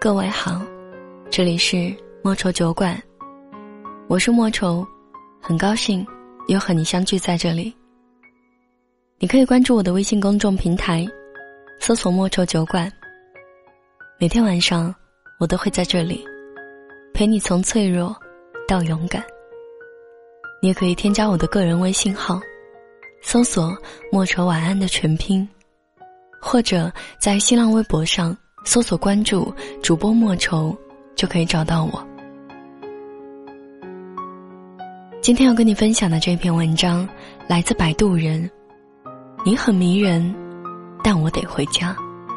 各位好，这里是莫愁酒馆，我是莫愁，很高兴又和你相聚在这里。你可以关注我的微信公众平台，搜索莫愁酒馆，每天晚上我都会在这里陪你从脆弱到勇敢。你也可以添加我的个人微信号，搜索莫愁晚安的全拼，或者在新浪微博上搜索关注主播莫愁，就可以找到我。今天要跟你分享的这篇文章来自摆渡人，你很迷人，但我得回家。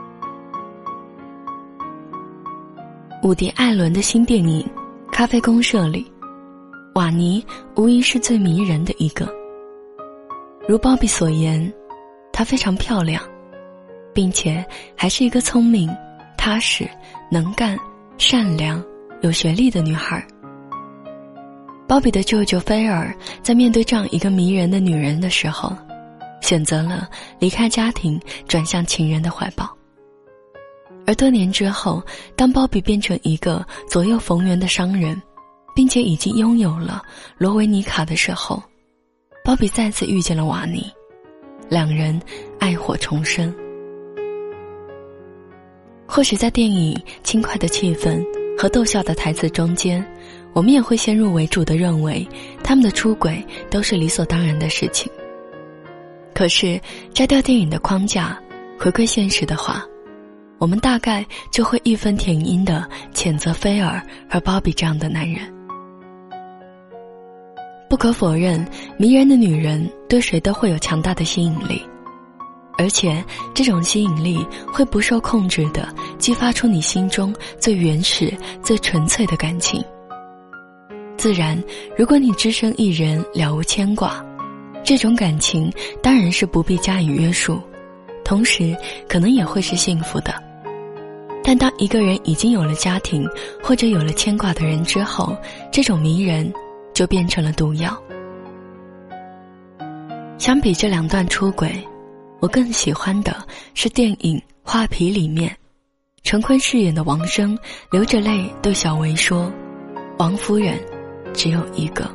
伍迪·艾伦的新电影《咖啡公社》里，瓦尼无疑是最迷人的一个。如鲍比所言，她非常漂亮，并且还是一个聪明、踏实、能干、善良、有学历的女孩。鲍比的舅舅菲尔在面对这样一个迷人的女人的时候，选择了离开家庭，转向情人的怀抱。而多年之后，当鲍比变成一个左右逢源的商人，并且已经拥有了罗维尼卡的时候，鲍比再次遇见了瓦尼，两人爱火重生。或许在电影轻快的气氛和逗笑的台词中间，我们也会先入为主地认为他们的出轨都是理所当然的事情。可是摘掉电影的框架，回归现实的话，我们大概就会义愤填膺地谴责菲尔和鲍比这样的男人。不可否认，迷人的女人对谁都会有强大的吸引力，而且这种吸引力会不受控制地激发出你心中最原始、最纯粹的感情。自然，如果你只身一人，了无牵挂，这种感情当然是不必加以约束，同时可能也会是幸福的。但当一个人已经有了家庭，或者有了牵挂的人之后，这种迷人就变成了毒药。相比这两段出轨，我更喜欢的是电影《画皮》里面，陈坤饰演的王生流着泪对小维说：“王夫人只有一个。”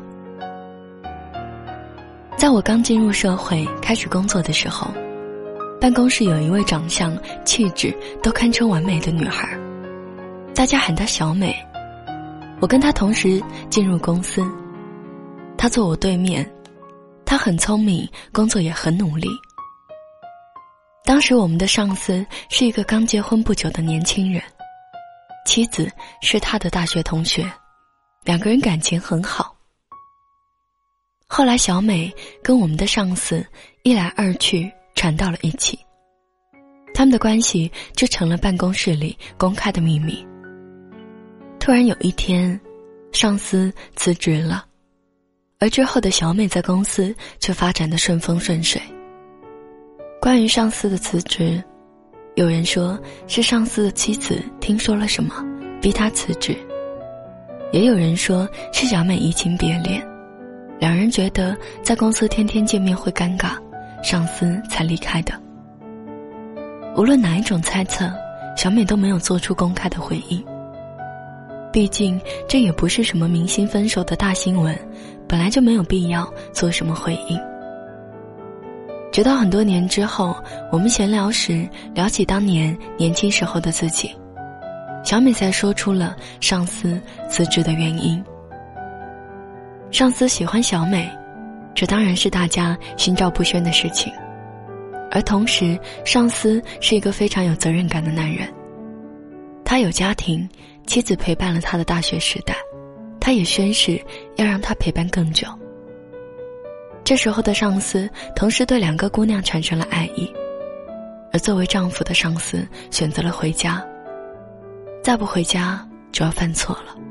在我刚进入社会开始工作的时候，办公室有一位长相、气质都堪称完美的女孩，大家喊她小美。我跟她同时进入公司，她坐我对面，她很聪明，工作也很努力。当时我们的上司是一个刚结婚不久的年轻人，妻子是他的大学同学，两个人感情很好。后来小美跟我们的上司一来二去传到了一起，他们的关系就成了办公室里公开的秘密。突然有一天，上司辞职了，而之后的小美在公司却发展得顺风顺水。关于上司的辞职，有人说是上司的妻子听说了什么逼他辞职，也有人说是小美移情别恋，两人觉得在公司天天见面会尴尬，上司才离开的。无论哪一种猜测，小美都没有做出公开的回应。毕竟这也不是什么明星分手的大新闻，本来就没有必要做什么回应。直到很多年之后，我们闲聊时聊起当年年轻时候的自己，小美才说出了上司辞职的原因。上司喜欢小美，这当然是大家心照不宣的事情，而同时上司是一个非常有责任感的男人，他有家庭，妻子陪伴了他的大学时代，他也宣誓要让他陪伴更久。这时候的上司同时对两个姑娘产生了爱意，而作为丈夫的上司选择了回家，再不回家就要犯错了。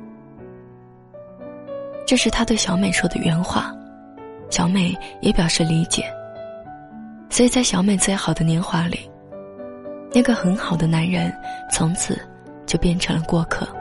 这是他对小美说的原话，小美也表示理解。所以在小美最好的年华里，那个很好的男人从此就变成了过客。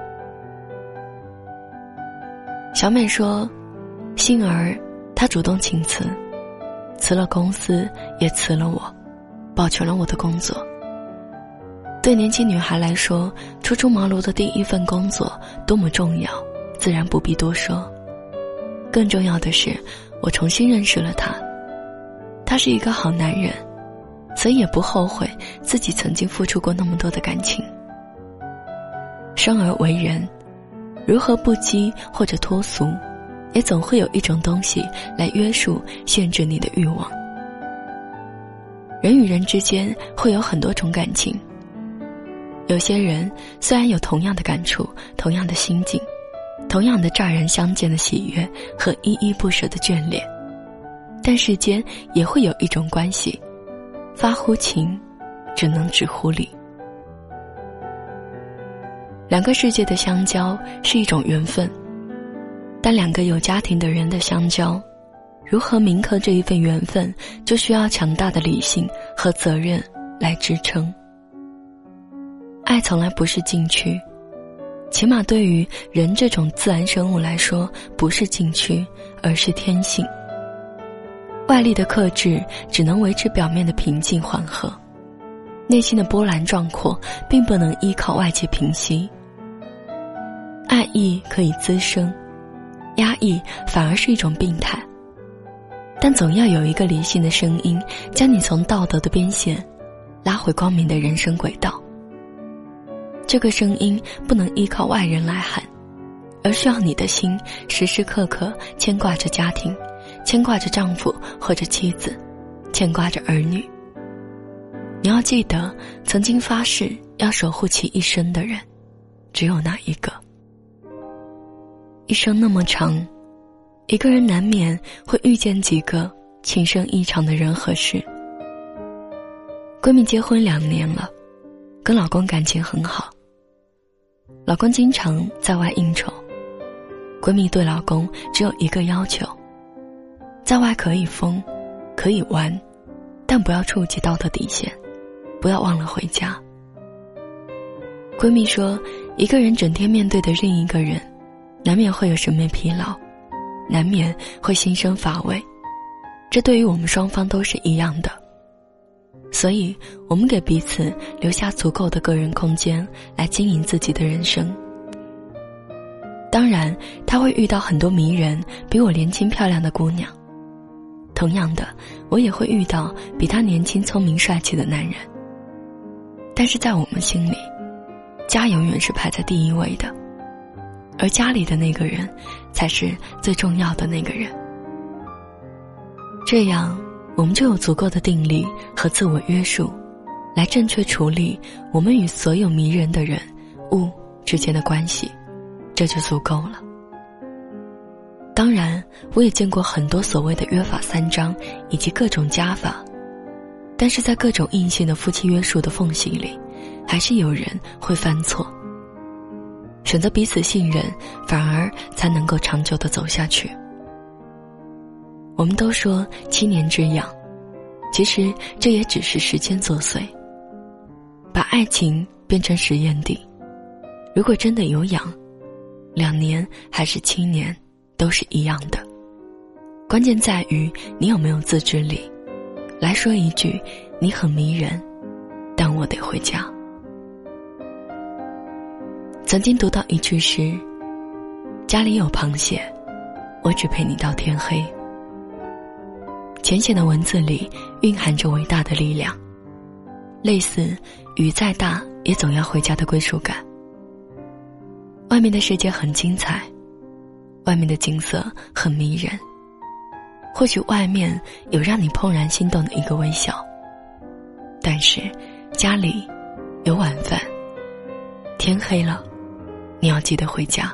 小美说，幸而他主动请辞，辞了公司，也辞了我，保全了我的工作。 对年轻女孩来说，初出茅庐的第一份工作多么重要，自然不必多说。更重要的是，我重新认识了他，他是一个好男人，所以也不后悔自己曾经付出过那么多的感情。生而为人，如何不羁或者脱俗，也总会有一种东西来约束限制你的欲望。人与人之间会有很多种感情，有些人虽然有同样的感触，同样的心境，同样的乍然相见的喜悦和依依不舍的眷恋，但世间也会有一种关系，发乎情，只能止乎礼。两个世界的相交是一种缘分，但两个有家庭的人的相交，如何铭刻这一份缘分，就需要强大的理性和责任来支撑。爱从来不是禁区，起码对于人这种自然生物来说，不是禁区，而是天性。外力的克制只能维持表面的平静缓和，内心的波澜壮阔并不能依靠外界平息。爱意可以滋生，压抑反而是一种病态，但总要有一个理性的声音，将你从道德的边线拉回光明的人生轨道。这个声音不能依靠外人来喊，而需要你的心时时刻刻牵挂着家庭，牵挂着丈夫或者妻子，牵挂着儿女。你要记得，曾经发誓要守护其一生的人，只有那一个。一生那么长，一个人难免会遇见几个情深意长的人和事。闺蜜结婚2年了，跟老公感情很好，老公经常在外应酬，闺蜜对老公只有一个要求，在外可以疯，可以玩，但不要触及道德底线，不要忘了回家。闺蜜说，一个人整天面对的另一个人，难免会有审美疲劳，难免会心生乏味，这对于我们双方都是一样的。所以我们给彼此留下足够的个人空间来经营自己的人生。当然他会遇到很多迷人比我年轻漂亮的姑娘，同样的我也会遇到比他年轻聪明帅气的男人，但是在我们心里，家永远是排在第一位的，而家里的那个人才是最重要的那个人。这样我们就有足够的定力和自我约束，来正确处理我们与所有迷人的人物之间的关系，这就足够了。当然我也见过很多所谓的约法三章以及各种家法，但是在各种硬性的夫妻约束的缝隙里，还是有人会犯错。选择彼此信任，反而才能够长久地走下去。我们都说7年之痒，其实这也只是时间作祟。把爱情变成实验地，如果真的有痒，2年还是7年都是一样的。关键在于你有没有自制力，来说一句你很迷人，但我得回家。曾经读到一句诗，家里有螃蟹，我只陪你到天黑。浅显的文字里蕴含着伟大的力量，类似雨再大也总要回家的归属感。外面的世界很精彩，外面的景色很迷人，或许外面有让你怦然心动的一个微笑，但是家里有晚饭，天黑了你要记得回家。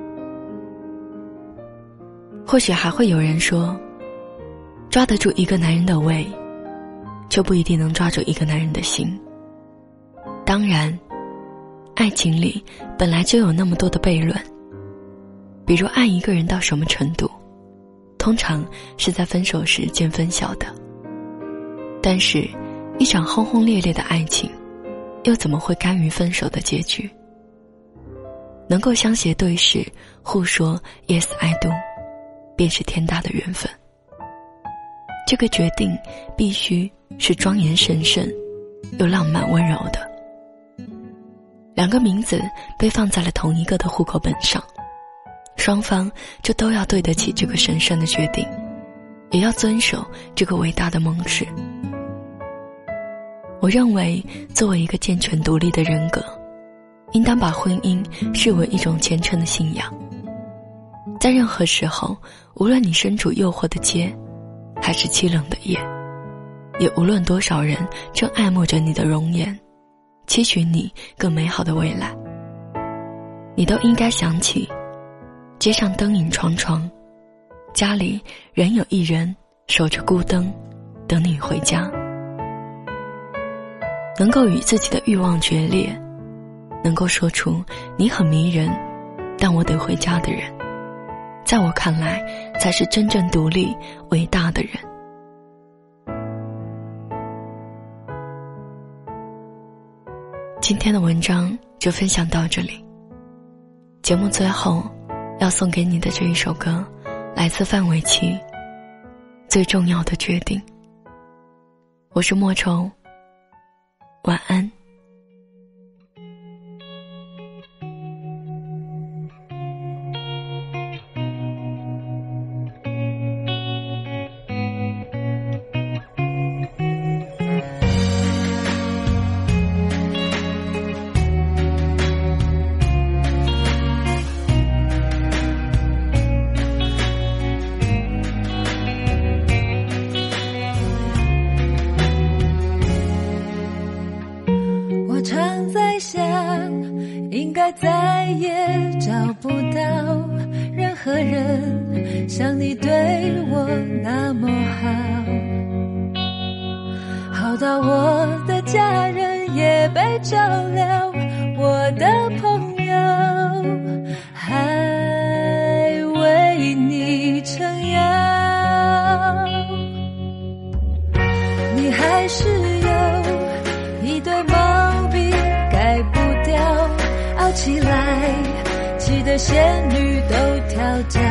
或许还会有人说，抓得住一个男人的胃，就不一定能抓住一个男人的心。当然爱情里本来就有那么多的悖论，比如爱一个人到什么程度，通常是在分手时见分晓的。但是一场轰轰烈烈的爱情，又怎么会甘于分手的结局？能够相携对视，互说 Yes I do， 便是天大的缘分。这个决定必须是庄严神圣又浪漫温柔的。 2个名字被放在了同一个的户口本上，双方就都要对得起这个神圣的决定，也要遵守这个伟大的盟誓。我认为作为一个健全独立的人格，应当把婚姻视为一种虔诚的信仰。在任何时候，无论你身处诱惑的街还是凄冷的夜，也无论多少人正爱慕着你的容颜，期许你更美好的未来，你都应该想起街上灯影幢幢，家里仍有一人守着孤灯等你回家。能够与自己的欲望决裂，能够说出你很迷人但我得回家的人，在我看来才是真正独立伟大的人。今天的文章就分享到这里，节目最后要送给你的这一首歌来自范玮琪，《最重要的决定》。我是莫愁，晚安。 应该再也找不到任何人像你对我那么好，好到我的家人也被照料，我的朋友还为你撑腰，你还是有一堆毛病改不掉，傲起来气得仙女都跳脚，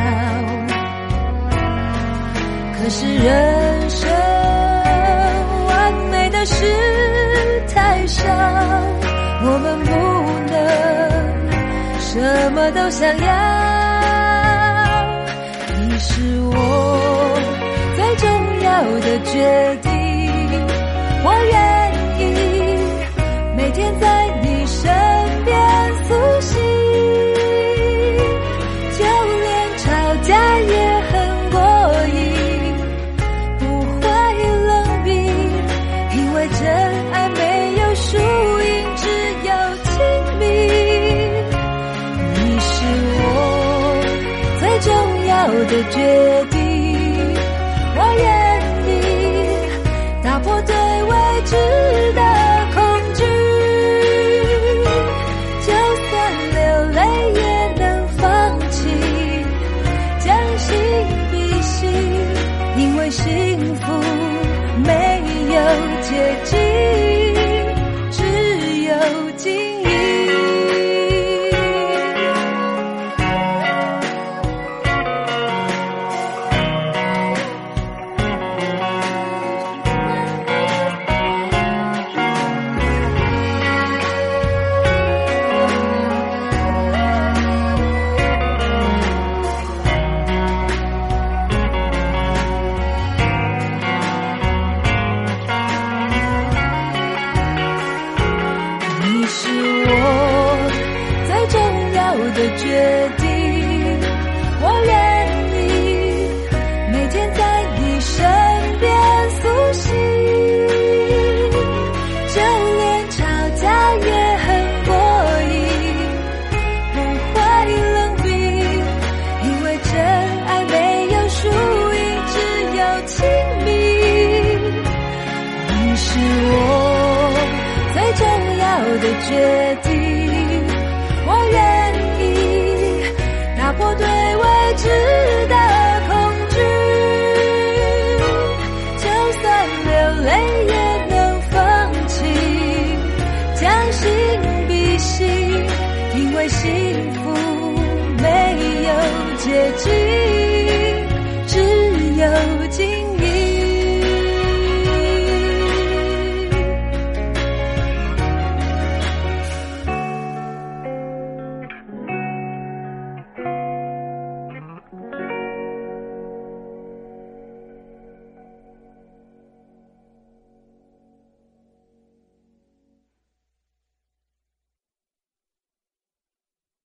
可是人生完美的事太少，我们不能什么都想要，你是我最重要的决定，我愿意每天在你身边苏醒，就连吵架也很过瘾，不会冷冰，因为真爱没有输赢，只有亲密，你是我最重要的决定，我愿意打破对未知的恐惧，就算流泪也能放弃，将心比心，因为幸福没有捷径，只有经营。的决定，我愿意每天在你身边苏醒，就连吵架也很过瘾，不会冷冰，因为真爱没有输赢，只有亲密，你是我最重要的决定，我愿打破对未知的恐惧，就算流泪也能放弃，将心比心，因为幸福没有捷径，只有经